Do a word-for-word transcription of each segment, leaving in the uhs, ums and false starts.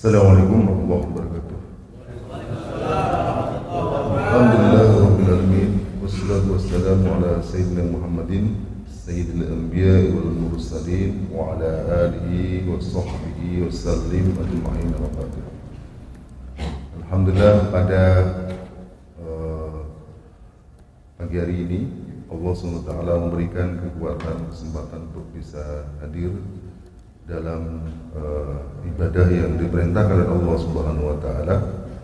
Assalamualaikum warahmatullahi wabarakatuh. Alhamdulillahirabbil alamin wassalatu wassalamu ala sayyidina Muhammadin sayyidil anbiya'i wal mursalin wa ala alihi wa sahbihi wasallim ajma'in wa ba'd. Alhamdulillah, pada uh, pagi hari ini Allah subhanahu wa taala memberikan kekuatan, kesempatan untuk bisa hadir dalam uh, ibadah yang diperintahkan oleh Allah Subhanahu wa taala.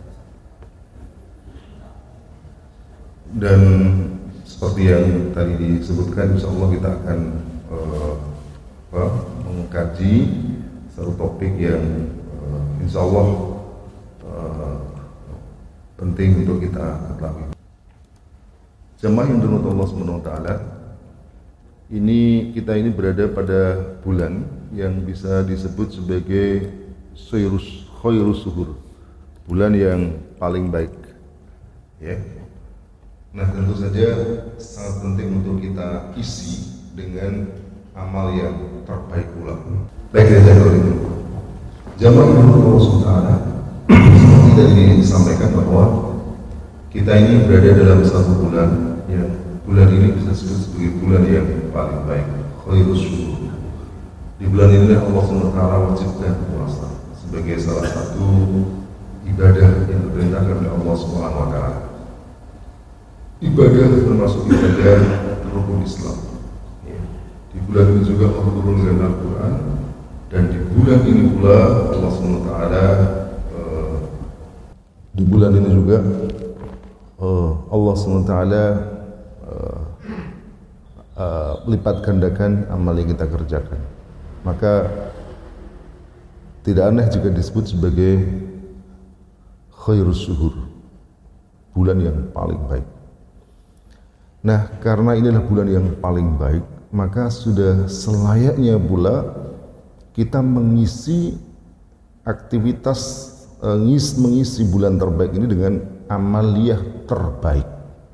Dan seperti yang tadi disebutkan, insyaallah kita akan uh, apa, mengkaji satu topik yang uh, insyaallah uh, penting untuk kita ketahui. Jamaah yang dirahmati Allah Subhanahu wa taala, ini kita ini berada pada bulan yang bisa disebut sebagai khairus khairus suhur, bulan yang paling baik, ya. Nah, tentu saja sangat penting untuk kita isi dengan amal yang terbaik pula. Baik, dari itu jamaah yang Allah subhanahu wa taala, seperti tadi disampaikan bahwa kita ini berada dalam satu bulan yang bulan ini bisa disebut sebagai bulan yang paling baik, khairus suhur. Di bulan ini Allah subhanahu wa taala wajibkan puasa sebagai salah satu ibadah yang diperintahkan oleh Allah subhanahu wa taala. Ibadah termasuk ibadah rukun Islam. Di bulan ini juga Allah turunkan Al-Quran, dan di bulan ini pula Allah subhanahu wa taala uh, di bulan ini juga uh, Allah subhanahu wa taala uh, uh, lipat gandakan amal yang kita kerjakan. Maka tidak aneh jika disebut sebagai khairus suhur, bulan yang paling baik. Nah, karena inilah bulan yang paling baik, maka sudah selayaknya pula kita mengisi aktivitas uh, ngis, mengisi bulan terbaik ini dengan amaliyah terbaik.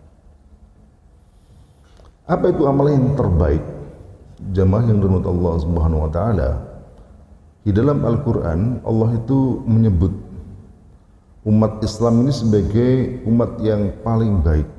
Apa itu amaliyah yang terbaik? Jamaah yang dirahmati Allah Subhanahu wa taala, di dalam Al-Qur'an Allah itu menyebut umat Islam ini sebagai umat yang paling baik.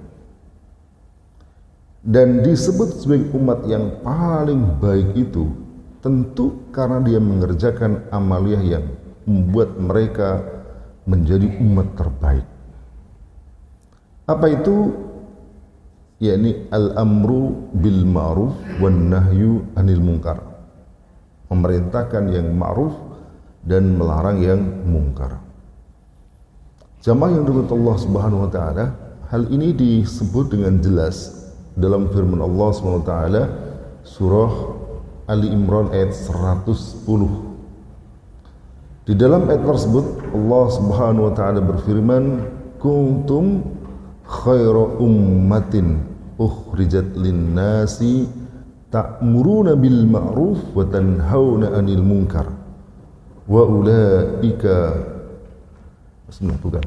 Dan disebut sebagai umat yang paling baik itu tentu karena dia mengerjakan amaliyah yang membuat mereka menjadi umat terbaik. Apa itu? Yakni al-amru bil ma'ruf wan nahyu anil munkar, memerintahkan yang ma'ruf dan melarang yang munkar. Jamaah yang dirahmati Allah Subhanahu wa taala, hal ini disebut dengan jelas dalam firman Allah Subhanahu wa taala surah Ali Imran ayat seratus sepuluh. Di dalam ayat tersebut Allah Subhanahu wa taala berfirman, kuntum khaira ummatin ukhrijat linnasi ta'muruna bil ma'ruf wa tanhauna 'anil munkar wa ulaika bismillah bukan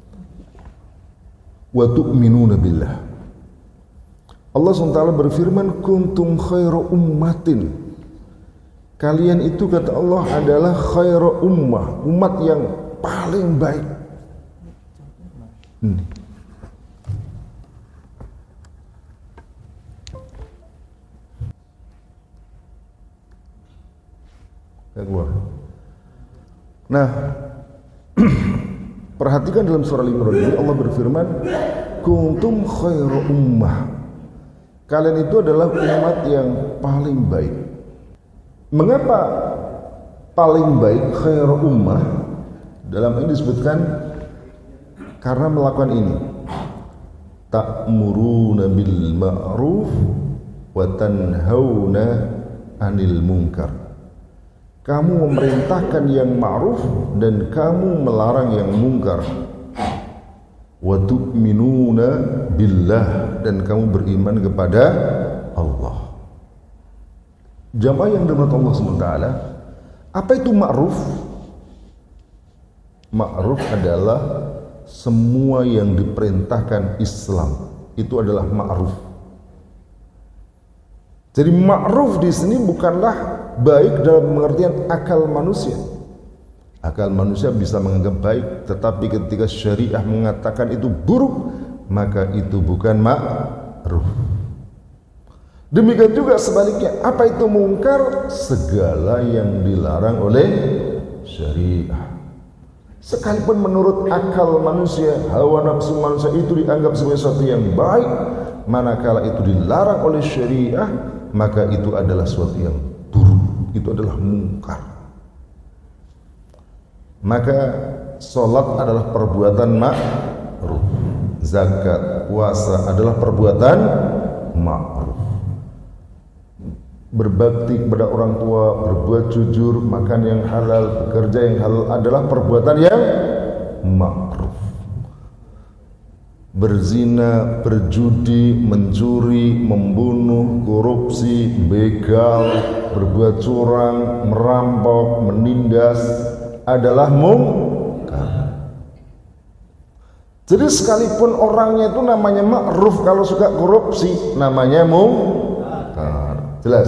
wa tu'minuna billah. Allah subhanahu wa taala berfirman, kuntum khaira ummatin, kalian itu kata Allah adalah khaira ummah, umat yang paling baik. Hmm. Keluar. Nah, perhatikan dalam surah Al-Imran ini Allah berfirman, kuntum khairu ummah, kalian itu adalah umat yang paling baik. Mengapa paling baik khairu ummah? Dalam ini disebutkan karena melakukan ini, ta'muruna bil ma'ruf wa tanhauna 'anil munkar, kamu memerintahkan yang ma'ruf dan kamu melarang yang mungkar. Wa tu'minuna billah, dan kamu beriman kepada Allah. Jamaah yang dirahmati Allah subhanahu wa taala, apa itu ma'ruf? Ma'ruf adalah semua yang diperintahkan Islam, itu adalah ma'ruf. Jadi ma'ruf di sini bukanlah baik dalam pengertian akal manusia, Akal manusia bisa menganggap baik, tetapi ketika syariah mengatakan itu buruk, maka itu bukan ma'ruf. Demikian juga sebaliknya, apa itu mungkar? Segala yang dilarang oleh syariah. Sekalipun menurut akal manusia, hawa nafsu manusia itu dianggap sebagai sesuatu yang baik, manakala itu dilarang oleh syariah, maka itu adalah sesuatu yang buruk, itu adalah mungkar. Maka sholat adalah perbuatan ma'ruf, zakat, puasa adalah perbuatan ma'ruf, berbakti kepada orang tua, berbuat jujur, makan yang halal, bekerja yang halal adalah perbuatan yang ma'ruf. Berzina, berjudi, mencuri, membunuh, korupsi, begal, berbuat curang, merampok, menindas adalah mungkar. Jadi sekalipun orangnya itu namanya ma'ruf, kalau suka korupsi namanya mungkar. Jelas?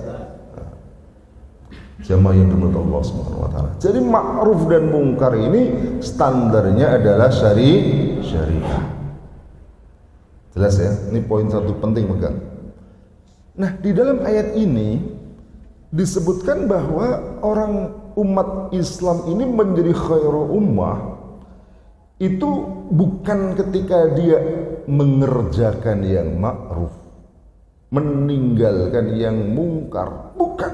Jamaah yang dimurkai Allah Subhanahu wa taala. Jadi ma'ruf dan mungkar ini standarnya adalah syari syariah. Jelas ya? Ini poin satu penting pegang. Nah, di dalam ayat ini disebutkan bahwa orang umat Islam ini menjadi khairu ummah itu bukan ketika dia mengerjakan yang ma'ruf, meninggalkan yang mungkar, bukan.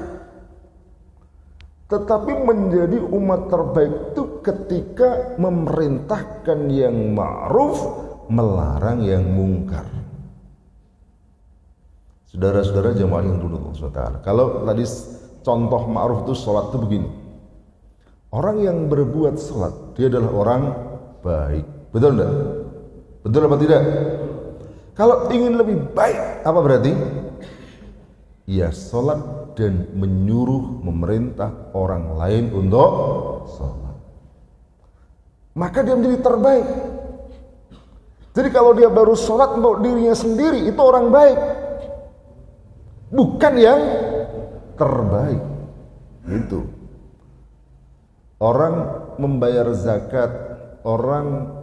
Tetapi menjadi umat terbaik itu ketika memerintahkan yang ma'ruf, melarang yang mungkar. Saudara-saudara jemaah yang dulu saudara, kalau tadi contoh ma'ruf itu sholat itu begini. Orang yang berbuat sholat, dia adalah orang baik. Betul enggak? Betul apa tidak? Kalau ingin lebih baik, apa berarti? Ya sholat dan menyuruh, memerintah orang lain untuk sholat. Maka dia menjadi terbaik. Jadi kalau dia baru sholat untuk dirinya sendiri, itu orang baik. Bukan yang terbaik. Itu. Orang membayar zakat, orang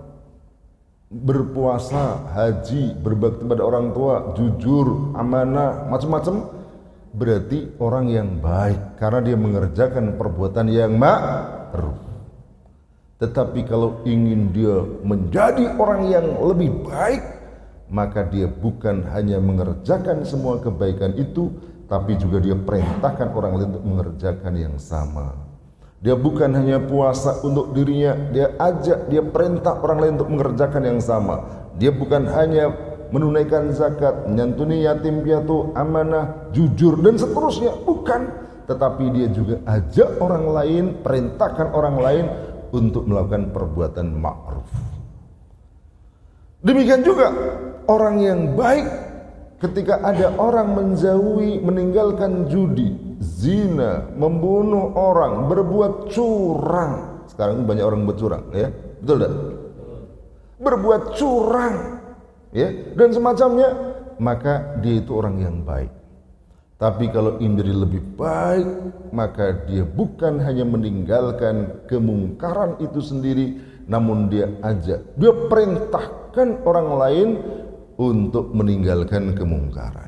berpuasa, haji, berbakti pada orang tua, jujur, amanah, macam-macam, berarti orang yang baik karena dia mengerjakan perbuatan yang ma'ruf. Tetapi kalau ingin dia menjadi orang yang lebih baik, maka dia bukan hanya mengerjakan semua kebaikan itu, tapi juga dia perintahkan orang lain untuk mengerjakan yang sama. Dia bukan hanya puasa untuk dirinya, dia ajak, dia perintah orang lain untuk mengerjakan yang sama. Dia bukan hanya menunaikan zakat, menyantuni yatim piatu, amanah, jujur dan seterusnya, bukan. Tetapi dia juga ajak orang lain, perintahkan orang lain untuk melakukan perbuatan ma'ruf. Demikian juga orang yang baik ketika ada orang menjauhi, meninggalkan judi, zina, membunuh orang, berbuat curang. Sekarang banyak orang berbuat curang, ya, betul tak? Berbuat curang, ya, dan semacamnya, maka dia itu orang yang baik. Tapi kalau ingin jadi lebih baik, maka dia bukan hanya meninggalkan kemungkaran itu sendiri, namun dia ajak, dia perintahkan orang lain untuk meninggalkan kemungkaran.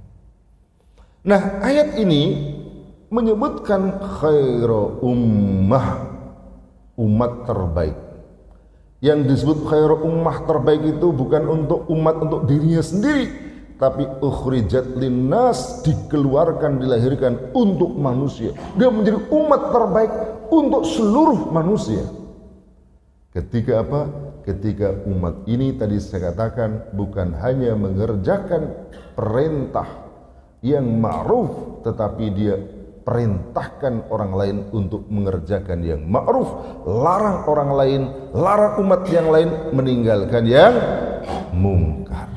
Nah, ayat ini menyebutkan khairu ummah, umat terbaik. Yang disebut khairu ummah terbaik itu bukan untuk umat untuk dirinya sendiri, tapi ukhrijat linnas, dikeluarkan, dilahirkan untuk manusia. Dia menjadi umat terbaik untuk seluruh manusia. Ketika apa? Ketika umat ini tadi saya katakan bukan hanya mengerjakan perintah yang ma'ruf, tetapi dia perintahkan orang lain untuk mengerjakan yang ma'ruf, larang orang lain, larang umat yang lain meninggalkan yang mungkar.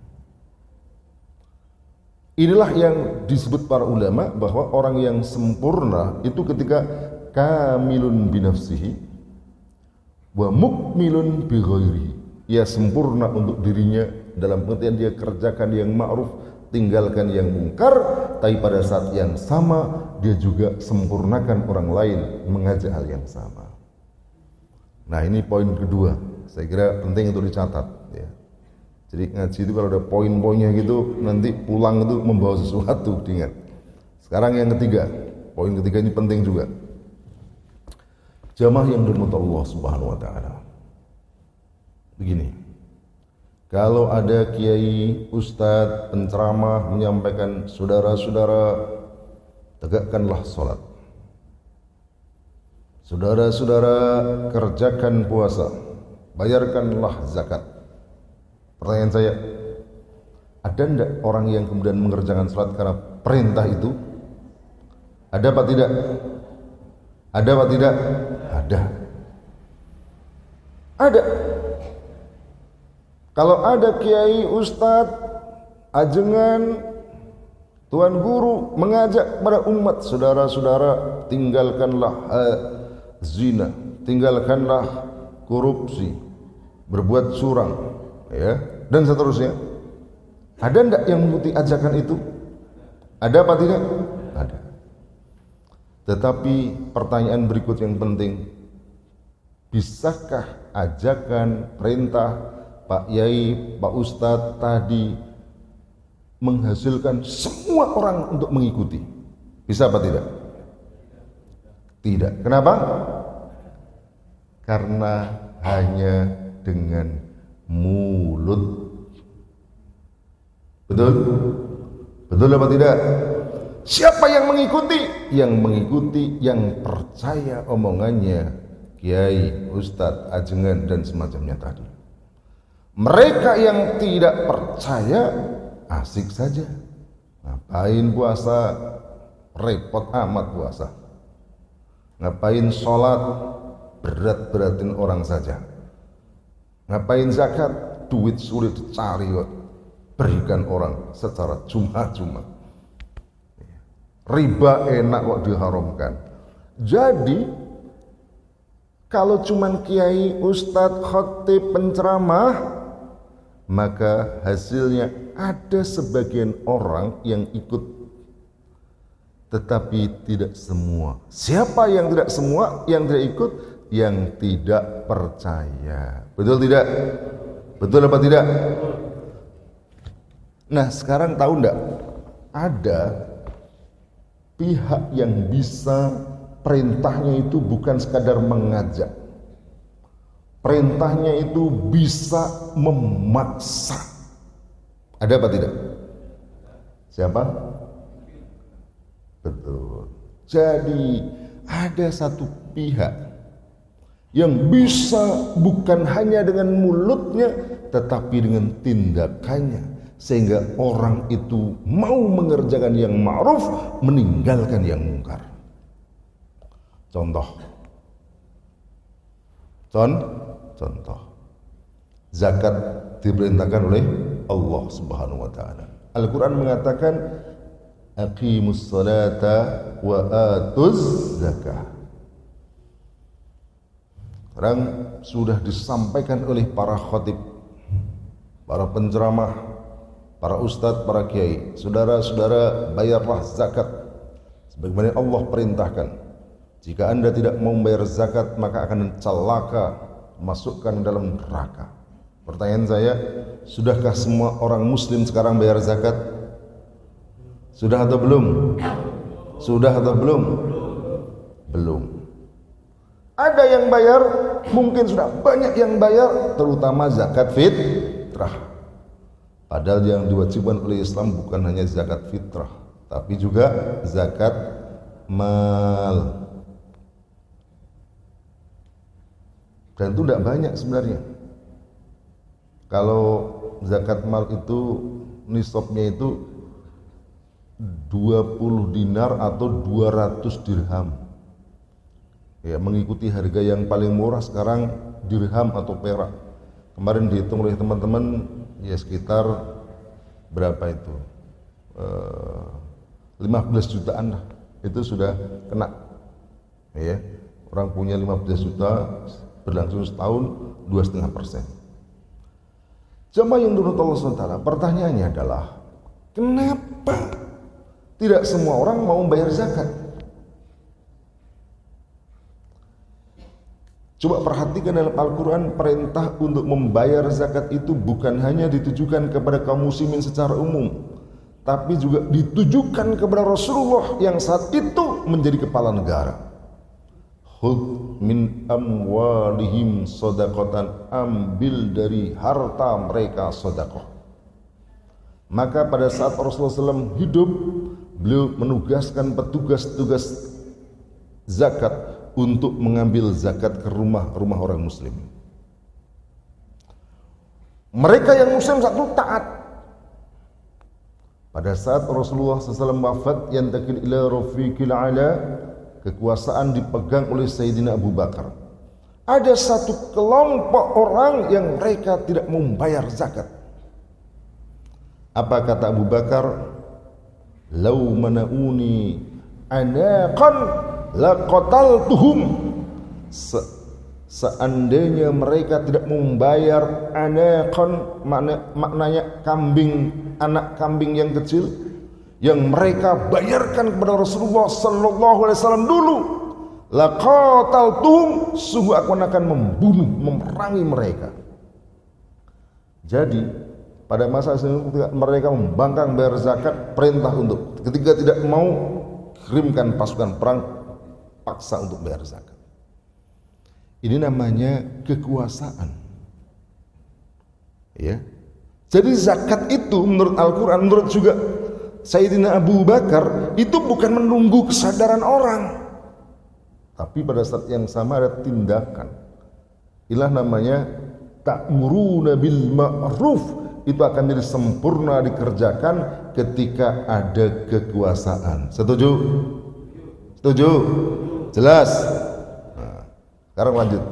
Inilah yang disebut para ulama bahwa orang yang sempurna itu ketika kamilun binafsihi wa mukmilun bi ghairihi. Ia sempurna untuk dirinya dalam pengertian dia kerjakan yang ma'ruf, tinggalkan yang mungkar, tapi pada saat yang sama dia juga sempurnakan orang lain mengajak hal yang sama. Nah ini poin kedua, saya kira penting untuk dicatat ya. Jadi ngaji itu kalau ada poin-poinnya gitu, nanti pulang itu membawa sesuatu, diingat. Sekarang yang ketiga, poin ketiga ini penting juga. Jamaah yang dirahmati Allah Subhanahu wa taala. Begini. Kalau ada kiai, ustadz, penceramah menyampaikan, saudara-saudara, tegakkanlah salat. Saudara-saudara, kerjakan puasa, bayarkanlah zakat. Pertanyaan saya, ada enggak orang yang kemudian mengerjakan salat karena perintah itu? Ada apa tidak? Ada apa tidak? Ada. Ada. Kalau ada kiai, ustadz, ajengan, tuan guru mengajak pada umat, saudara-saudara, tinggalkanlah uh, zina, tinggalkanlah korupsi, berbuat curang, ya, dan seterusnya. Ada enggak yang mengikuti ajakan itu? Ada apa tidak? Ada. Tetapi pertanyaan berikut yang penting, bisakah ajakan, perintah Pak Yai, Pak Ustadz tadi menghasilkan semua orang untuk mengikuti? Bisa apa tidak? Tidak. Kenapa? Karena hanya dengan mulut. Betul? Betul apa tidak? Siapa yang mengikuti? Yang mengikuti, yang percaya omongannya kiai, ustadz, ajengan dan semacamnya tadi. Mereka yang tidak percaya, asik saja. Ngapain puasa? Repot amat puasa. Ngapain sholat? Berat-beratin orang saja. Ngapain zakat? Duit sulit dicari kok. Berikan orang secara cuma-cuma. Riba enak kok diharamkan. Jadi kalau cuman kiai, ustadz, khatib, penceramah, maka hasilnya ada sebagian orang yang ikut, tetapi tidak semua. Siapa yang tidak semua? Yang tidak ikut? Yang tidak percaya. Betul tidak? Betul apa tidak? Nah sekarang tahu enggak? Ada pihak yang bisa perintahnya itu bukan sekadar mengajak. Perintahnya itu bisa memaksa. Ada apa tidak? Siapa? Betul. Jadi ada satu pihak yang bisa bukan hanya dengan mulutnya, tetapi dengan tindakannya, sehingga orang itu mau mengerjakan yang ma'ruf, meninggalkan yang mungkar. Contoh, Contoh, contoh, zakat diperintahkan oleh Allah Subhanahu wa taala. Al-Qur'an mengatakan aqimus salata wa atuz zakah. Sekarang sudah disampaikan oleh para khatib, para penceramah, para ustadz, para kiai. Saudara-saudara, bayarlah zakat sebagaimana Allah perintahkan. Jika Anda tidak mau membayar zakat, maka akan celaka, masukkan dalam neraka. Pertanyaan saya, sudahkah semua orang muslim sekarang bayar zakat? Sudah atau belum? Sudah atau belum? Belum. Ada yang bayar, mungkin sudah banyak yang bayar, terutama zakat fitrah. Padahal yang diwajibkan oleh Islam bukan hanya zakat fitrah, tapi juga zakat mal. Dan itu tidak banyak sebenarnya. Kalau zakat mal itu nisabnya itu dua puluh dinar atau dua ratus dirham. Ya, mengikuti harga yang paling murah sekarang dirham atau perak. Kemarin dihitung oleh teman-teman ya sekitar berapa itu? E, lima belas jutaan lah. Itu sudah kena. Ya. Orang punya lima belas juta berlangsung setahun dua koma lima persen. Jamaah yang dirahmati Allah subhanahu wa taala, pertanyaannya adalah kenapa tidak semua orang mau membayar zakat? Coba perhatikan dalam Al-Quran, perintah untuk membayar zakat itu bukan hanya ditujukan kepada kaum muslimin secara umum, tapi juga ditujukan kepada Rasulullah yang saat itu menjadi kepala negara. Khudh min amwalihim shadaqatan, ambil dari harta mereka sedekah. Maka pada saat Rasulullah shallallahu alaihi wasallam hidup, beliau menugaskan petugas-petugas zakat untuk mengambil zakat ke rumah-rumah orang muslim. Mereka yang muslim satu taat. Pada saat Rasulullah shallallahu alaihi wasallam wafat, yantakil ila rafiqil ala, kekuasaan dipegang oleh Sayyidina Abu Bakar. Ada satu kelompok orang yang mereka tidak membayar zakat. Apa kata Abu Bakar? Lau manauni anaqan laqataltuhum. Se seandainya mereka tidak membayar anaqan, makna, maknanya kambing, anak kambing yang kecil yang mereka bayarkan kepada Rasulullah sallallahu alaihi wasallam dulu, laqataltuhum, sungguh aku akan membunuh, memerangi mereka. Jadi pada masa itu mereka membangkang bayar zakat, perintah untuk ketika tidak mau kirimkan pasukan perang, paksa untuk bayar zakat. Ini namanya kekuasaan. Ya. Jadi zakat itu menurut Al-Quran, menurut juga Sayyidina Abu Bakar, itu bukan menunggu kesadaran orang, tapi pada saat yang sama ada tindakan. Inilah namanya ta'muruna bil ma'ruf. Itu akan jadi sempurna dikerjakan ketika ada kekuasaan. Setuju? Setuju? Jelas? Nah, sekarang lanjut.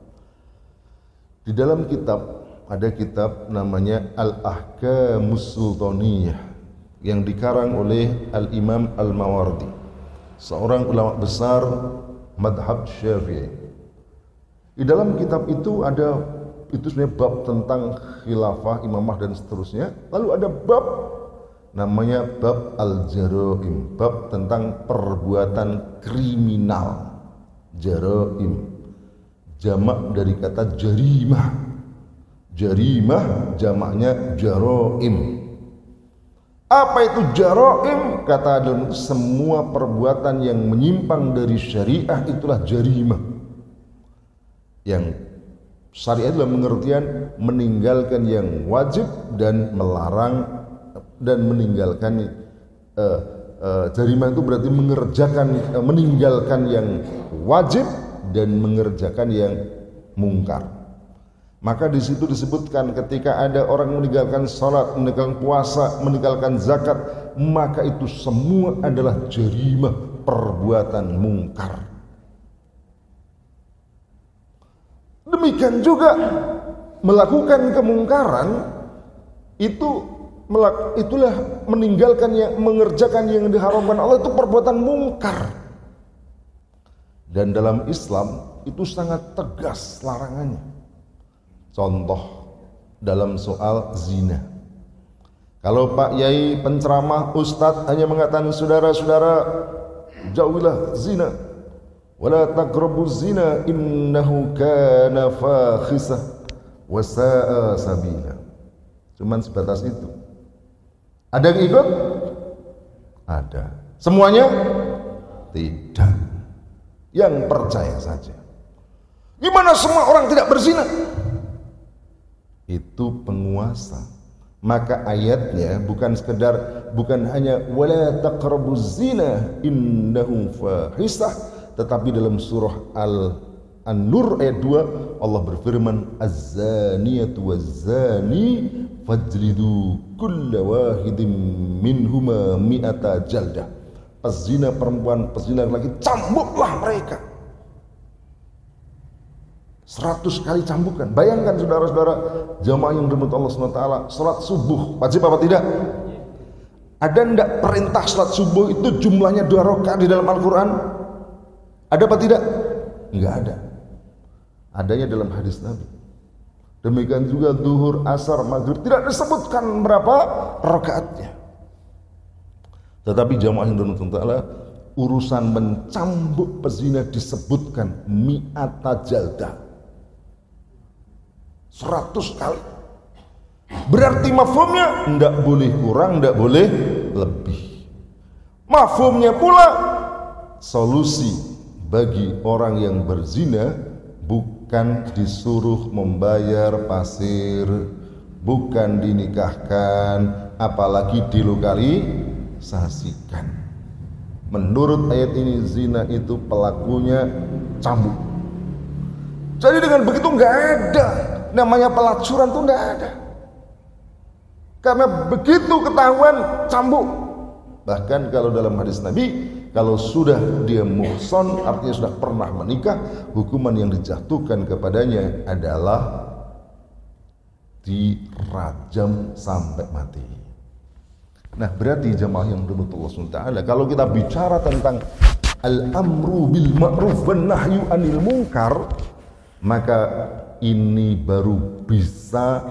Di dalam kitab, ada kitab namanya Al-Ahkamus Sultaniyah yang dikarang oleh Al-Imam Al-Mawardi, seorang ulama besar madhab Syafi'i. Di dalam kitab itu ada, itu sebenarnya bab tentang khilafah, imamah dan seterusnya. Lalu ada bab namanya bab al-jaraim, bab tentang perbuatan kriminal. Jaraim jamak dari kata jarimah. Jarimah jamaknya jaraim. Apa itu jaraim? Kata dalam semua perbuatan yang menyimpang dari syariah itulah jarimah. Yang syariat dalam pengertian meninggalkan yang wajib dan melarang, dan meninggalkan uh, uh, jarimah itu berarti mengerjakan, uh, meninggalkan yang wajib dan mengerjakan yang mungkar. Maka di situ disebutkan ketika ada orang meninggalkan salat, meninggalkan puasa, meninggalkan zakat, maka itu semua adalah jarimah, perbuatan mungkar. Demikian juga melakukan kemungkaran itu, itulah meninggalkan yang, mengerjakan yang diharamkan Allah, itu perbuatan mungkar. Dan dalam Islam itu sangat tegas larangannya. Contoh dalam soal zina. Kalau Pak Yai penceramah, Ustadz hanya mengatakan saudara-saudara jauhilah zina, wala taqrabuz zina innahu kana fakhisah wa sa'a sabila. Cuman sebatas itu. Ada yang ikut? Ada. Semuanya? Tidak. Yang percaya saja. Gimana semua orang tidak berzina? Itu penguasa. Maka ayatnya bukan sekedar, bukan hanya wala taqrabuz zina innahu fahisah, tetapi dalam surah Al-An-Nur ayat dua Allah berfirman az-zaniyatu waz-zani fajlidu kulla wahidin minhuma mi'ata jaldah. Pezina perempuan, pezina laki, cambuklah mereka seratus kali cambukan. Bayangkan saudara-saudara jamaah yang dirahmati Allah subhanahu wa taala, salat subuh wajib apa tidak? Ada enggak perintah salat subuh itu jumlahnya dua rakaat di dalam Al-Quran? Ada apa tidak? Enggak ada. Adanya dalam hadis Nabi. Demikian juga zuhur, asar, maghrib tidak disebutkan berapa rakaatnya. Tetapi jamaah yang dirahmati Allah taala, urusan mencambuk pezina disebutkan mi'ata jaldah. seratus kali. Berarti mafhumnya tidak boleh kurang, tidak boleh lebih. Mafhumnya pula solusi bagi orang yang berzina bukan disuruh membayar pasir, bukan dinikahkan, apalagi dilokalisasikan. Menurut ayat ini zina itu pelakunya cambuk. Jadi dengan begitu nggak ada namanya pelacuran, tuh nggak ada. Karena begitu ketahuan cambuk. Bahkan kalau dalam hadis Nabi, kalau sudah dia muhson, artinya sudah pernah menikah, hukuman yang dijatuhkan kepadanya adalah dirajam sampai mati. Nah, berarti jamaah yang dirahmati Allah subhanahu wa taala, kalau kita bicara tentang al-amru bil ma'ruf wan nahyu anil munkar, maka ini baru bisa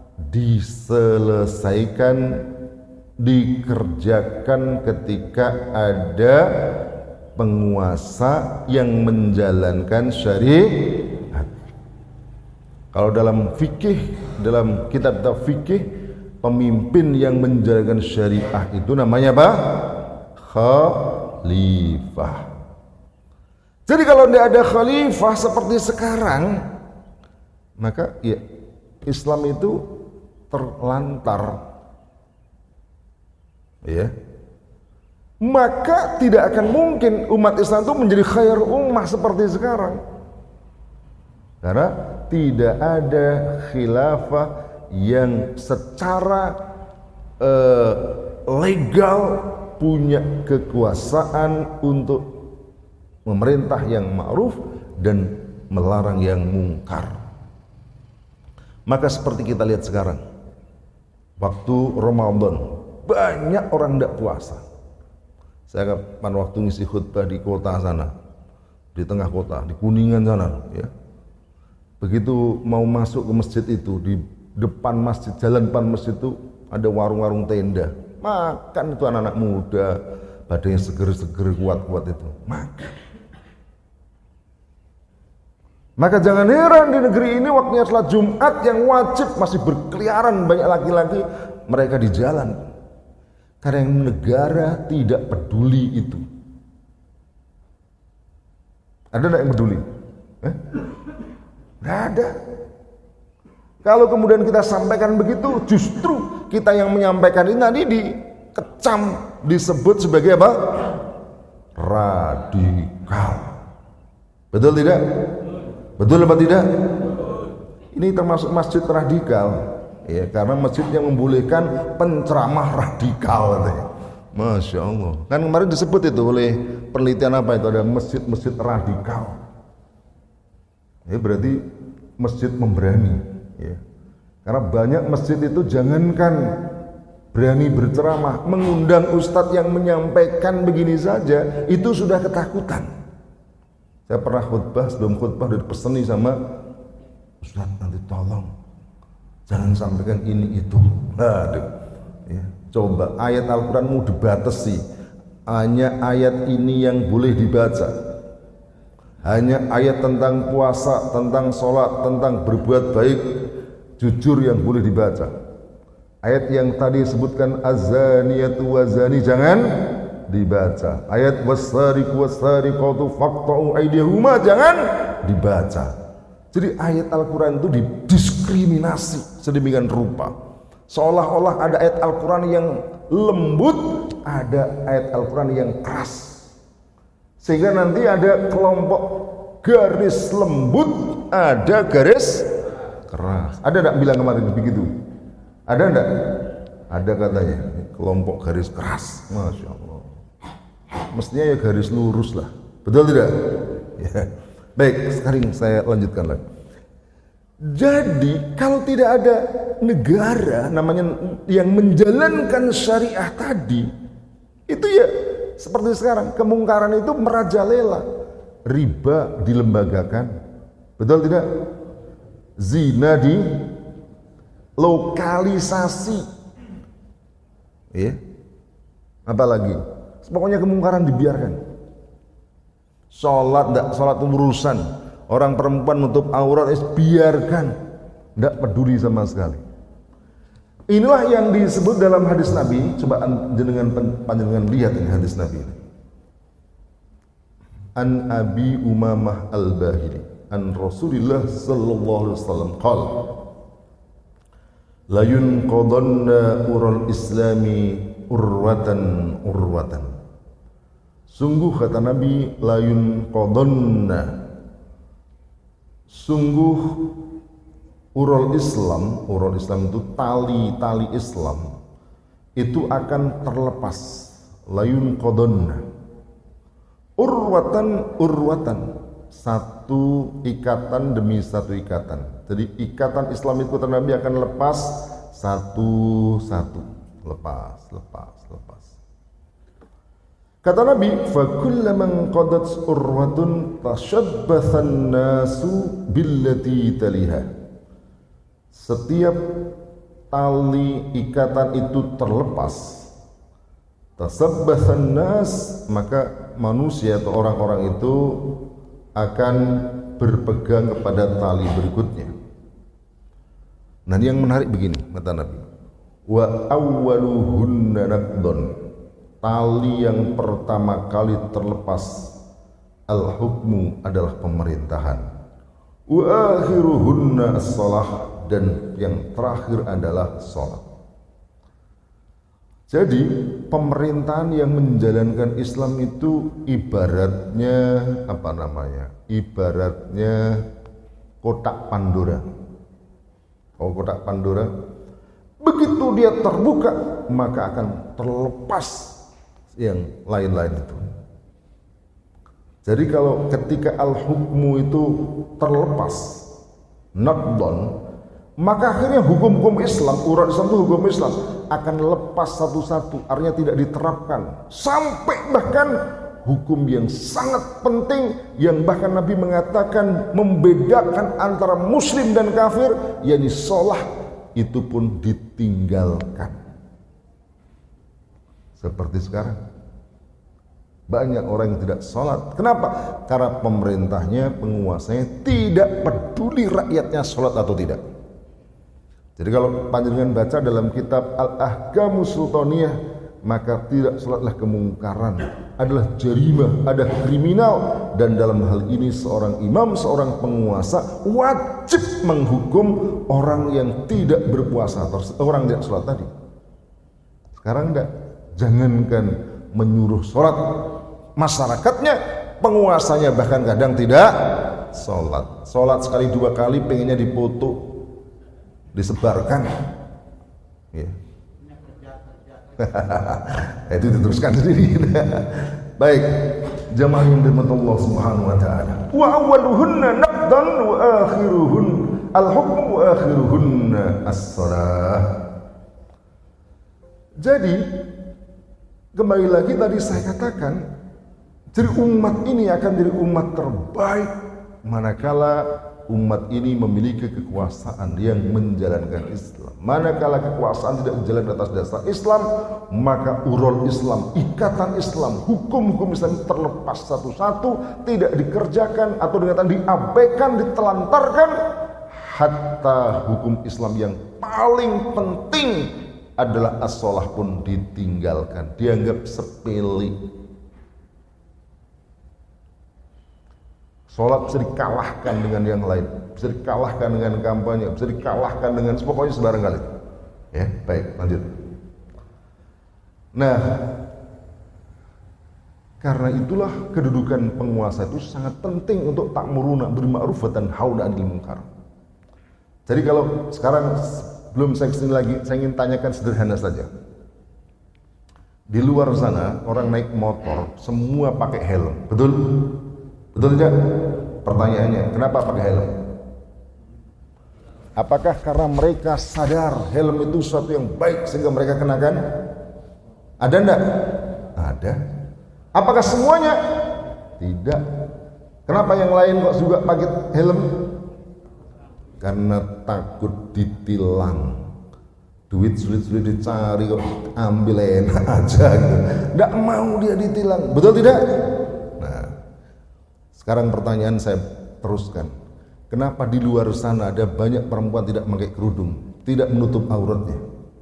diselesaikan, dikerjakan ketika ada penguasa yang menjalankan syariat. Kalau dalam fikih, dalam kitab-kitab fikih, pemimpin yang menjalankan syariah itu namanya apa? Khalifah. Jadi kalau tidak ada khalifah seperti sekarang, maka ya Islam itu terlantar, ya. Maka tidak akan mungkin umat Islam itu menjadi khair ummah seperti sekarang, karena tidak ada khilafah yang secara uh, legal punya kekuasaan untuk memerintah yang ma'ruf dan melarang yang mungkar. Maka seperti kita lihat sekarang, waktu Ramadan banyak orang tidak puasa. Saya kapan waktu ngisi khutbah di kota sana, di tengah kota, di Kuningan sana, ya. Begitu mau masuk ke masjid itu, di depan masjid, jalan depan masjid itu ada warung-warung tenda. Makan itu anak-anak muda, badannya seger-seger, kuat-kuat itu makan. Maka jangan heran di negeri ini waktunya salat Jumat yang wajib masih berkeliaran banyak laki-laki mereka di jalan. Karena yang negara tidak peduli itu. Ada enggak yang peduli? Eh? Nggak ada. Kalau kemudian kita sampaikan begitu, justru kita yang menyampaikan ini tadi dikecam, disebut sebagai apa? Radikal. Betul tidak? Betul apa tidak? Ini termasuk masjid radikal, ya, karena masjid yang membolehkan penceramah radikal, katanya. Masya Allah. Kan kemarin disebut itu oleh penelitian apa itu, ada masjid-masjid radikal. Ya, berarti masjid memberani, ya. Karena banyak masjid itu jangankan berani berceramah, mengundang ustadz yang menyampaikan begini saja itu sudah ketakutan. Saya pernah khutbah, sebelum khutbah udah dipeseni sama ustadz, nanti tolong jangan sampaikan ini itu. Aduh, ya. Coba ayat Al-Quran mau dibatasi, hanya ayat ini yang boleh dibaca, hanya ayat tentang puasa, tentang sholat, tentang berbuat baik, jujur yang boleh dibaca. Ayat yang tadi disebutkan az-zaniyatu waz-zani jangan dibaca. Ayat was-sariqu was-sariqatu faqta'u aydiyahuma jangan dibaca. Jadi ayat Al-Quran itu didiskriminasi sedemikian rupa, seolah-olah ada ayat Al-Quran yang lembut, ada ayat Al-Quran yang keras, sehingga nanti ada kelompok garis lembut, ada garis keras. Ada enggak bilang kemarin begitu? Ada enggak? Ada katanya, kelompok garis keras. Masya Allah. Mestinya ya garis lurus lah. Betul tidak? Ya. Baik, sekarang saya lanjutkan lagi. Jadi kalau tidak ada negara namanya yang menjalankan syariah tadi, itu ya seperti sekarang, kemungkaran itu merajalela. Riba dilembagakan, betul tidak? Zina di lokalisasi, ya. Apalagi, pokoknya kemungkaran dibiarkan. Sholat, tidak sholat urusan. Orang perempuan nutup aurat, es biarkan. Tidak peduli sama sekali. Inilah yang disebut dalam hadis Nabi. Coba jenengan panjenengan lihat ini hadis Nabi. An Abi Umamah Al-Bahili an Rasulillah sallallahu alaihi wasallam qala la yunqadanna ural islami urwatan urwatan. Sungguh kata Nabi, la yunqadanna, sungguh urul Islam, urul Islam itu tali-tali Islam itu akan terlepas. Layun qadonna, urwatan urwatan, satu ikatan demi satu ikatan. Jadi ikatan Islam itu kata Nabi akan lepas satu-satu, lepas, lepas, lepas. Kata Nabi, fa kullaman qadat urwatun tashabbathan nasu billati taliha. Setiap tali ikatan itu terlepas, tasabbathan nas, maka manusia atau orang-orang itu akan berpegang kepada tali berikutnya. Nah, ini yang menarik begini kata Nabi, wa awwaluhunna naqdun, tali yang pertama kali terlepas al-hukmu adalah pemerintahan, wa akhiruhunna as-salah, dan yang terakhir adalah sholat. Jadi pemerintahan yang menjalankan Islam itu ibaratnya apa namanya? Ibaratnya kotak Pandora. Oh, kotak Pandora, begitu dia terbuka maka akan terlepas yang lain-lain itu. Jadi kalau ketika al-hukmu itu terlepas, naqdon, maka akhirnya hukum-hukum Islam, urat Islam itu hukum Islam akan lepas satu-satu, artinya tidak diterapkan, sampai bahkan hukum yang sangat penting yang bahkan Nabi mengatakan membedakan antara muslim dan kafir, yakni sholat, itu pun ditinggalkan. Seperti sekarang banyak orang yang tidak sholat. Kenapa? Karena pemerintahnya, penguasanya tidak peduli rakyatnya sholat atau tidak. Jadi kalau panjenengan baca dalam kitab Al-Ahkamus Sultaniyah, maka tidak sholatlah kemungkaran, adalah jarimah, ada kriminal, dan dalam hal ini seorang imam, seorang penguasa wajib menghukum orang yang tidak berpuasa atau orang tidak sholat tadi. Sekarang enggak, jangankan menyuruh sholat, masyarakatnya, penguasanya bahkan kadang tidak sholat. Sholat sekali dua kali pengennya dipoto, disebarkan, ya. Itu diteruskan sendiri. Baik, jamaah yang dirahmati Allah Subhanahu wa taala. Wa awwaluhunna naqdan wa akhiruhun al-hukm wa akhiruhunna as-shalah. Jadi kembali lagi tadi saya katakan, jadi umat ini akan jadi umat terbaik manakala umat ini memiliki kekuasaan yang menjalankan Islam. Manakala kekuasaan tidak berjalan atas dasar Islam, maka urul Islam, ikatan Islam, hukum-hukum Islam terlepas satu-satu, tidak dikerjakan atau dengan diabaikan, ditelantarkan, hatta hukum Islam yang paling penting adalah as-shalah pun ditinggalkan, dianggap sepele. Sholat bisa dikalahkan dengan yang lain, bisa dikalahkan dengan kampanye, bisa dikalahkan dengan pokoknya sembarang kali. Ya, baik, lanjut. Nah, karena itulah kedudukan penguasa itu sangat penting untuk ta'muruna bil ma'ruf wa tanhauna 'anil munkar. Jadi kalau sekarang belum saya kesini lagi, saya ingin tanyakan sederhana saja. Di luar sana orang naik motor semua pakai helm, betul? Betul tidak? Pertanyaannya, kenapa pakai helm? Apakah karena mereka sadar helm itu sesuatu yang baik sehingga mereka kenakan? Ada enggak? Ada. Apakah semuanya? Tidak. Kenapa yang lain kok juga pakai helm? Karena takut ditilang. Duit sulit-sulit dicari kok, ambil enak aja gitu. Enggak mau dia ditilang. Betul tidak? Sekarang pertanyaan saya teruskan, kenapa di luar sana ada banyak perempuan tidak memakai kerudung, tidak menutup auratnya?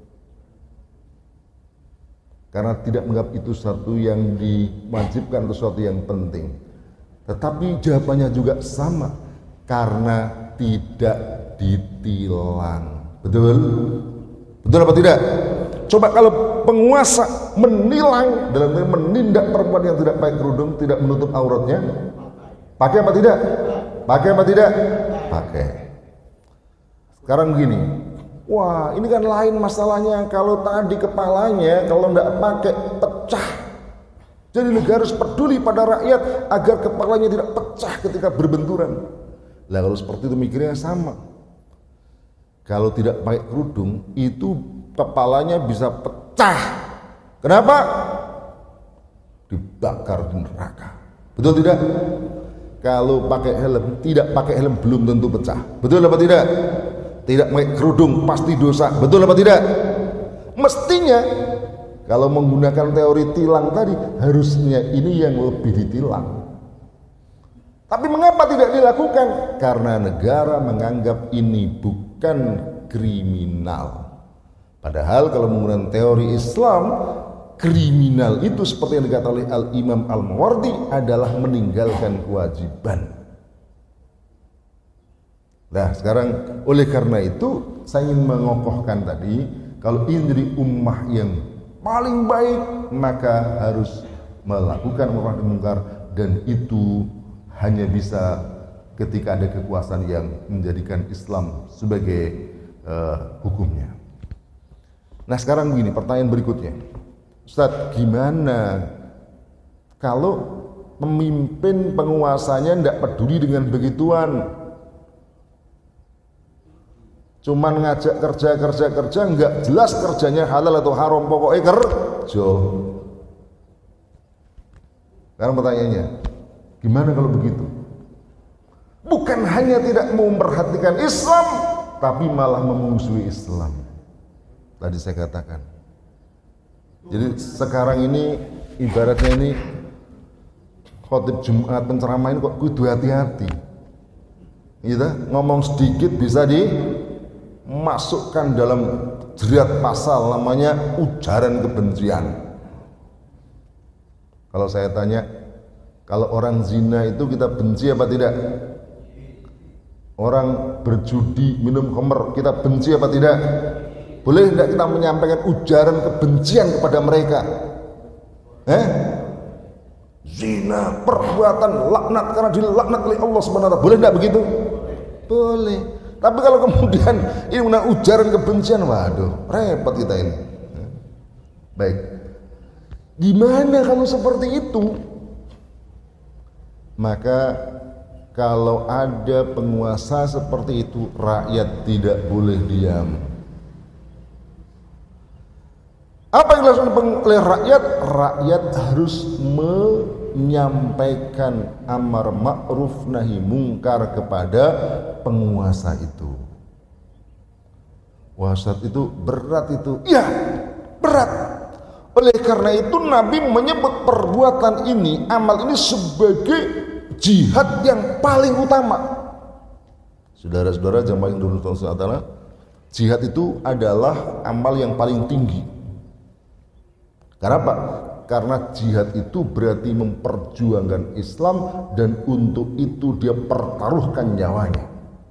Karena tidak menganggap itu sesuatu yang diwajibkan atau sesuatu yang penting. Tetapi jawabannya juga sama, karena tidak ditilang. Betul? Betul apa tidak? Coba kalau penguasa menilang dalam arti menindak perempuan yang tidak pakai kerudung, tidak menutup auratnya, pakai apa tidak? Pakai apa tidak? Pakai. Sekarang begini, wah ini kan lain masalahnya. Kalau tadi kepalanya kalau tidak pakai pecah. Jadi negara harus peduli pada rakyat agar kepalanya tidak pecah ketika berbenturan. Lah kalau seperti itu mikirnya sama. Kalau tidak pakai kerudung itu kepalanya bisa pecah. Kenapa? Dibakar di neraka. Betul tidak? Kalau pakai helm, tidak pakai helm belum tentu pecah. Betul apa tidak? Tidak pakai kerudung pasti dosa. Betul apa tidak? Mestinya kalau menggunakan teori tilang tadi, harusnya ini yang lebih ditilang. Tapi mengapa tidak dilakukan? Karena negara menganggap ini bukan kriminal. Padahal kalau menggunakan teori Islam, kriminal itu seperti yang dikatakan oleh Al-Imam Al-Mawardi adalah meninggalkan kewajiban. Nah sekarang oleh karena itu saya ingin mengokohkan tadi, kalau ini dari ummah yang paling baik maka harus melakukan ma'ruf nahi munkar, dan itu hanya bisa ketika ada kekuasaan yang menjadikan Islam sebagai uh, hukumnya. Nah sekarang begini, pertanyaan berikutnya, Ustadz, gimana kalau pemimpin penguasanya tidak peduli dengan begituan, cuman ngajak kerja kerja kerja nggak jelas kerjanya halal atau haram, pokoknya kerja. Sekarang pertanyaannya, gimana kalau begitu? Bukan hanya tidak mau memperhatikan Islam, tapi malah memusuhi Islam. Tadi saya katakan. Jadi sekarang ini ibaratnya ini khotib Jumat penceramah ini kok kudu hati-hati. Gitu, ngomong sedikit bisa dimasukkan dalam jerat pasal namanya ujaran kebencian. Kalau saya tanya, kalau orang zina itu kita benci apa tidak? Orang berjudi, minum khamr, kita benci apa tidak? Boleh tidak kita menyampaikan ujaran kebencian kepada mereka? Eh? Zina, perbuatan laknat karena dilaknat oleh Allah Subhanahu wa taala. Boleh tidak begitu? Boleh. Tapi kalau kemudian ini mengenai ujaran kebencian, waduh, repot kita ini. Baik. Gimana kalau seperti itu? Maka kalau ada penguasa seperti itu, rakyat tidak boleh diam. Apa yang dilakukan oleh rakyat? Rakyat harus menyampaikan amar ma'ruf nahi mungkar kepada penguasa itu. Wasat itu berat itu. Ya, berat. Oleh karena itu Nabi menyebut perbuatan ini, amal ini sebagai jihad yang paling utama. Saudara-saudara jamaah yang dirahmati Allah Taala, jihad itu adalah amal yang paling tinggi. Kenapa? Karena jihad itu berarti memperjuangkan Islam, dan untuk itu dia pertaruhkan nyawanya.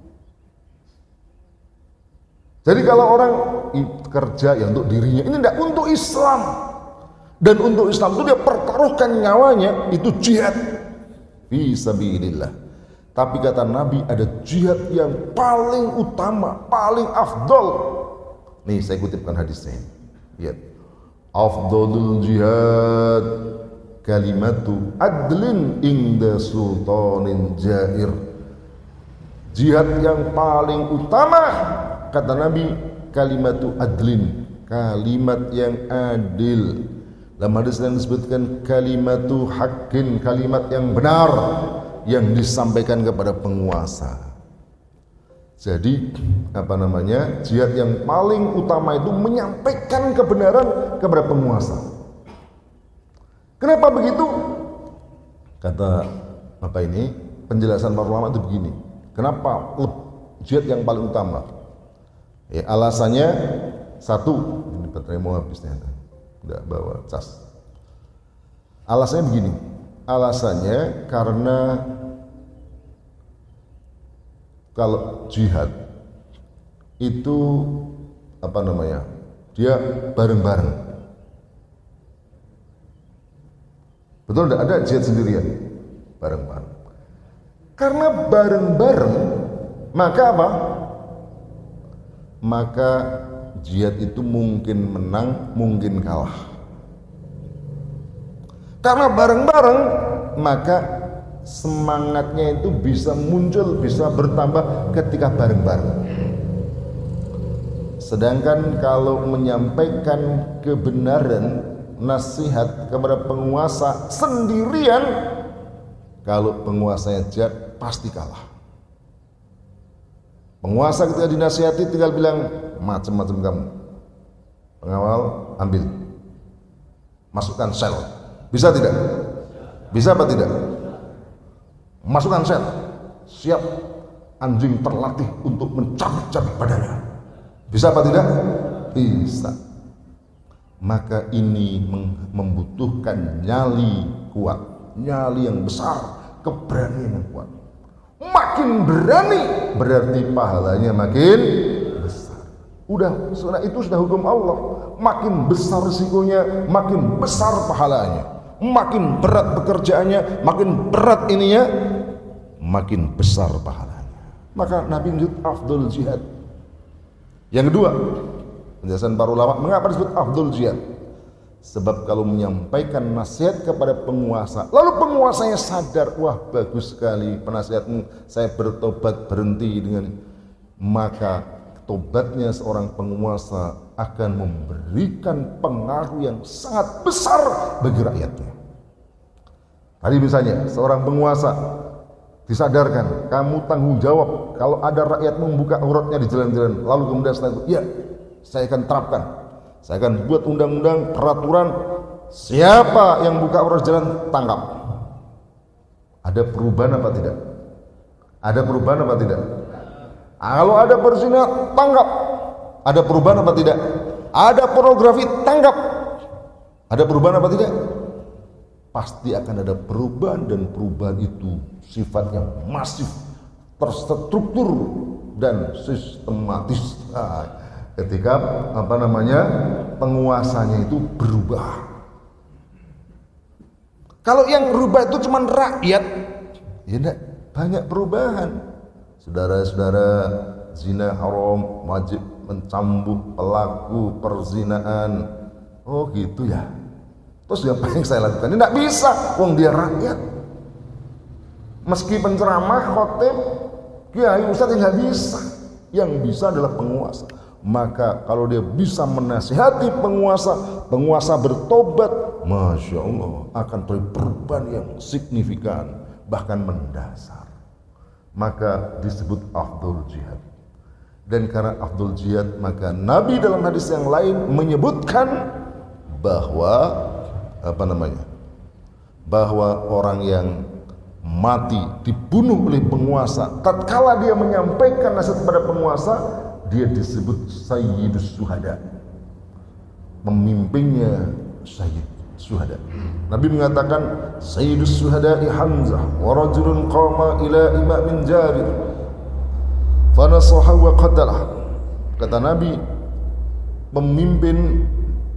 Jadi kalau orang kerja ya untuk dirinya, ini tidak untuk Islam, dan untuk Islam itu dia pertaruhkan nyawanya, itu jihad fi sabilillah. Tapi kata Nabi ada jihad yang paling utama, paling afdol. Nih saya kutipkan hadisnya. Lihat. Afdalul jihad kalimatu adlin inda sultanin jair. Jihad yang paling utama kata Nabi kalimatu adlin, kalimat yang adil. Dalam hadis yang disebutkan kalimatu haqqin, kalimat yang benar yang disampaikan kepada penguasa. Jadi apa namanya, jihad yang paling utama itu menyampaikan kebenaran kepada penguasa. Kenapa begitu? Kata apa ini penjelasan para ulama itu begini. Kenapa jihad yang paling utama? Ya, alasannya satu, ini baterai mau habis nih, nggak bawa cas. Alasannya begini, alasannya karena kalau jihad itu apa namanya, dia bareng-bareng. Betul tidak ada jihad sendirian, bareng-bareng. Karena bareng-bareng, maka apa? Maka jihad itu mungkin menang, mungkin kalah. Karena bareng-bareng, maka semangatnya itu bisa muncul, bisa bertambah ketika bareng-bareng. Sedangkan kalau menyampaikan kebenaran, nasihat kepada penguasa sendirian, kalau penguasanya jahat pasti kalah. Penguasa ketika dinasihati tinggal bilang macam-macam kamu. Pengawal ambil, masukkan sel. Bisa tidak? Bisa apa tidak? Masukkan sel. Siap, anjing terlatih untuk mencabik-cabik badannya. Bisa apa tidak? Bisa. Maka ini membutuhkan nyali kuat, nyali yang besar, keberanian yang kuat. Makin berani berarti pahalanya makin besar. Udah, itu sudah hukum Allah. Makin besar risikonya, makin besar pahalanya. Makin berat pekerjaannya, makin berat ininya, makin besar pahalanya. Maka Nabi menyebut afdol jihad. Yang kedua, penjelasan para ulama mengapa disebut afdol jihad? Sebab kalau menyampaikan nasihat kepada penguasa, lalu penguasanya sadar, wah bagus sekali penasihatmu, saya bertobat berhenti dengan, maka tobatnya seorang penguasa akan memberikan pengaruh yang sangat besar bagi rakyatnya. Tadi misalnya seorang penguasa disadarkan, kamu tanggung jawab kalau ada rakyatmu membuka auratnya di jalan-jalan, lalu kemudian setelah itu, ya saya akan terapkan, saya akan buat undang-undang, peraturan, siapa yang buka aurat jalan tangkap. Ada perubahan apa tidak? Ada perubahan apa tidak? Kalau ada berzina, tangkap. Ada perubahan apa tidak? Ada pornografi, tangkap. Ada perubahan apa tidak? Pasti akan ada perubahan, dan perubahan itu sifatnya masif, terstruktur dan sistematis. Nah, ketika apa namanya penguasanya itu berubah. Kalau yang berubah itu cuma rakyat, ya enggak banyak perubahan. Saudara-saudara, zina haram, wajib mencambuk pelaku perzinaan. Oh gitu ya. Terus apa yang saya lakukan? Ini tidak bisa, wong dia rakyat. Meski penceramah, khotib, kiai, ustadz nggak bisa. Yang bisa adalah penguasa. Maka kalau dia bisa menasihati penguasa, penguasa bertobat, masya Allah akan terjadi perubahan yang signifikan, bahkan mendasar. Maka disebut afdol jihad. Dan karena afdol jihad, maka Nabi dalam hadis yang lain menyebutkan bahwa apa namanya, bahwa orang yang mati dibunuh oleh penguasa, tatkala dia menyampaikan nasihat kepada penguasa, dia disebut sayyidus syuhada, pemimpinnya sayyid syuhada. Nabi mengatakan sayyidus syuhada'i Hamzah wa rajulun qama ila imamin jarir fanasaha wa qatalah. Kata Nabi, pemimpin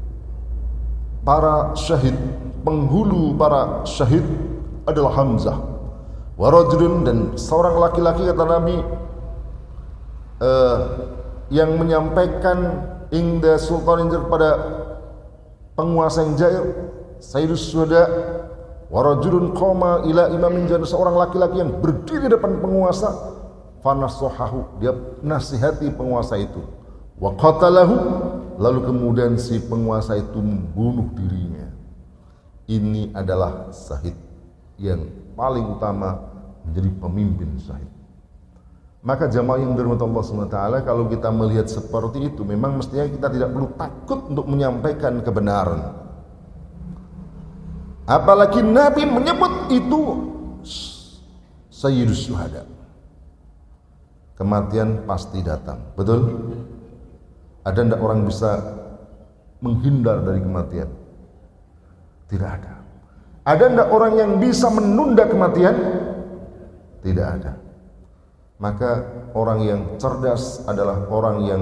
para syahid, penghulu para syahid adalah Hamzah. Wa rajulun, dan seorang laki-laki, kata Nabi, uh, yang menyampaikan ingda sultan kepada penguasa yang jair, sayyidus syuhada. Wa rajulun qama ila imamin jair, seorang laki-laki yang berdiri depan penguasa, fanasahahu, dia nasihati penguasa itu, wa qatalahu, lalu kemudian si penguasa itu membunuh dirinya. Ini adalah syahid yang paling utama, menjadi pemimpin syahid. Maka jamaah yang dirahmati Allah subhanahu wa taala, kalau kita melihat seperti itu, memang mestinya kita tidak perlu takut untuk menyampaikan kebenaran. Apalagi Nabi menyebut itu sayyidus syuhada. kematian pasti datang. Betul? Ada enggak orang bisa menghindar dari kematian? Tidak ada. Ada enggak orang yang bisa menunda kematian? Tidak ada. Maka orang yang cerdas adalah orang yang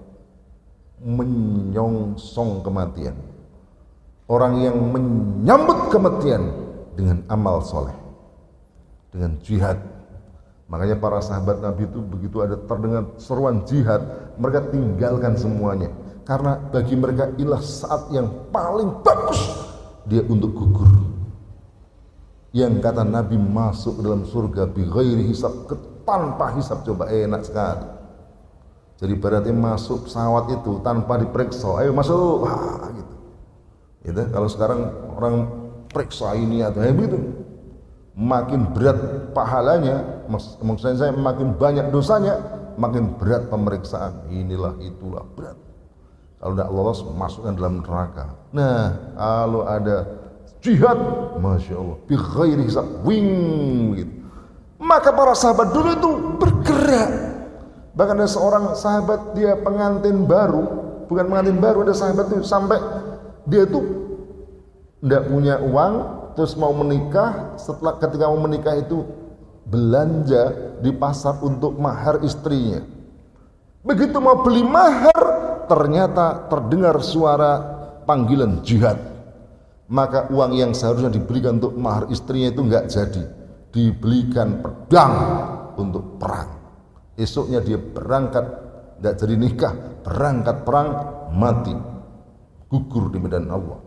menyongsong kematian. Orang yang menyambut kematian dengan amal soleh, dengan jihad. Makanya para sahabat Nabi itu begitu ada terdengar seruan jihad, mereka tinggalkan semuanya. Karena bagi mereka inilah saat yang paling bagus dia untuk gugur. Yang kata Nabi masuk ke dalam surga bi ghairi hisab, tanpa hisab. Coba enak sekali. Jadi berarti masuk pesawat itu tanpa diperiksa, ayo masuk, ah, gitu. Gitu. Kalau sekarang orang periksa ini atau ya begitu, makin berat pahalanya, maksud saya makin banyak dosanya, makin berat pemeriksaan. Inilah itulah berat. Kalau tidak lolos masukkan dalam neraka. Nah, kalau ada jihad, masya Allah, bi ghairi hisab, wing, gitu. Maka para sahabat dulu itu bergerak. Bahkan ada seorang sahabat, dia pengantin baru, bukan pengantin baru, ada sahabat itu sampai dia tuh tidak punya uang, terus mau menikah. Setelah ketika mau menikah itu belanja di pasar untuk mahar istrinya. Begitu mau beli mahar, ternyata terdengar suara panggilan jihad. Maka uang yang seharusnya diberikan untuk mahar istrinya itu enggak jadi, dibelikan pedang untuk perang. Esoknya dia berangkat, enggak jadi nikah, berangkat perang, mati, gugur di medan Allah.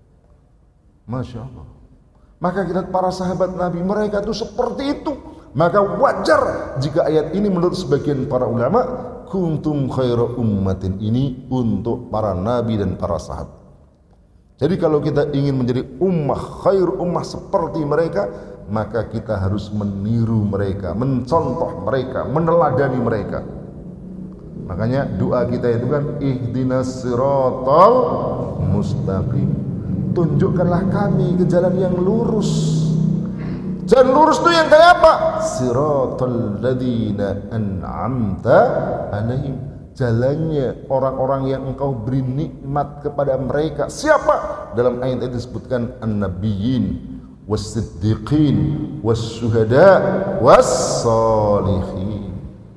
Masya Allah. Maka kita para sahabat Nabi, mereka itu seperti itu. Maka wajar jika ayat ini menurut sebagian para ulama, kuntum khaira ummatin, ini untuk para nabi dan para sahabat. Jadi kalau kita ingin menjadi ummah khair ummah seperti mereka, maka kita harus meniru mereka, mencontoh mereka, meneladani mereka. Makanya doa kita itu kan ihdinas siratal mustaqim. Tunjukkanlah kami ke jalan yang lurus. Jalan lurus itu yang kayak apa? Siratal ladzina an'amta alaihim. Jalannya orang-orang yang engkau beri nikmat kepada mereka. Siapa? Dalam ayat itu disebutkan an-nabiyyin was-siddiqin was-syuhada was-shalihin.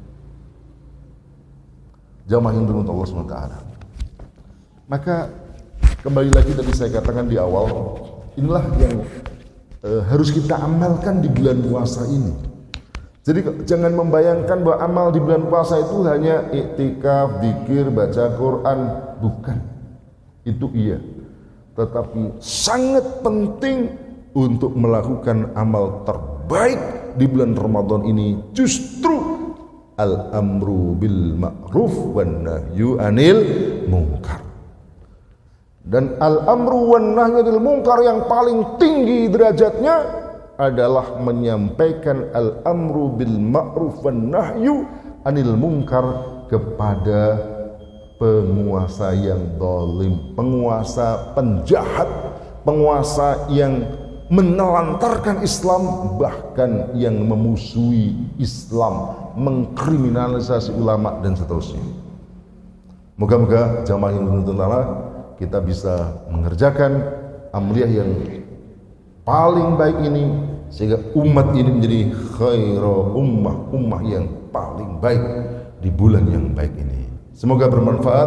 Jamaah yang dirahmati Allah subhanahu wa taala. Maka kembali lagi tadi saya katakan di awal, inilah yang e, harus kita amalkan di bulan puasa ini. Jadi jangan membayangkan bahwa amal di bulan puasa itu hanya iktikaf, zikir, baca Quran, bukan. Itu iya. Tetapi sangat penting untuk melakukan amal terbaik di bulan Ramadan ini justru al-amru bil ma'ruf wan nahyu anil munkar. Dan al-amru wan nahyu anil munkar yang paling tinggi derajatnya adalah menyampaikan al-amru bil ma'ruf wan nahyu anil munkar kepada penguasa yang zalim, penguasa penjahat, penguasa yang menelantarkan Islam, bahkan yang memusuhi Islam, mengkriminalisasi ulama dan seterusnya. Moga-moga jamaah yang beruntung kita bisa mengerjakan amaliyah yang paling baik ini sehingga umat ini menjadi khairu ummah, ummah yang paling baik di bulan yang baik ini. Semoga bermanfaat.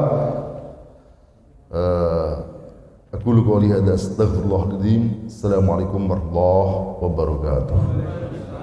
Uh, Aku qouli hadza astaghfirullahaladzim. Assalamualaikum warahmatullahi wabarakatuh.